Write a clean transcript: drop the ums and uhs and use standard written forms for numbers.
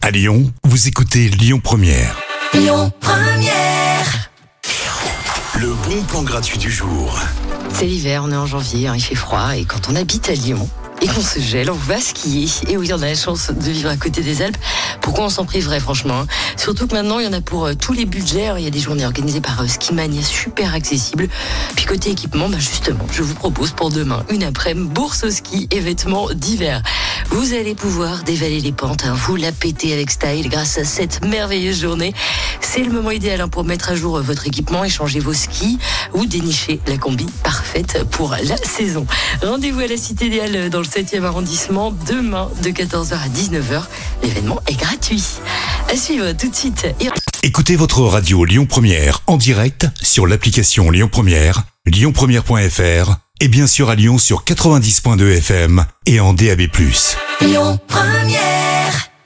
À Lyon, vous écoutez Lyon Première. Lyon Première. Le bon plan gratuit du jour. C'est l'hiver, on est en janvier, il fait froid et quand on habite à Lyon et qu'on se gèle, on va skier. Et oui, on a la chance de vivre à côté des Alpes. Pourquoi on s'en priverait franchement, hein? Surtout que maintenant, il y en a pour tous les budgets. Il y a des journées organisées par Skimania, super accessibles. Puis côté équipement, justement, je vous propose pour demain une après-midi bourse au ski et vêtements d'hiver. Vous allez pouvoir dévaler les pentes, vous la péter avec style grâce à cette merveilleuse journée. C'est le moment idéal pour mettre à jour votre équipement, échanger vos skis ou dénicher la combi parfaite pour la saison. Rendez-vous à la Cité Idéale dans le 7e arrondissement demain de 14h à 19h. L'événement est gratuit. À suivre tout de suite. Écoutez votre radio Lyon Première en direct sur l'application Lyon Première, lyonpremière.fr et bien sûr à Lyon sur 90.2 FM et en DAB+. Lyon Première.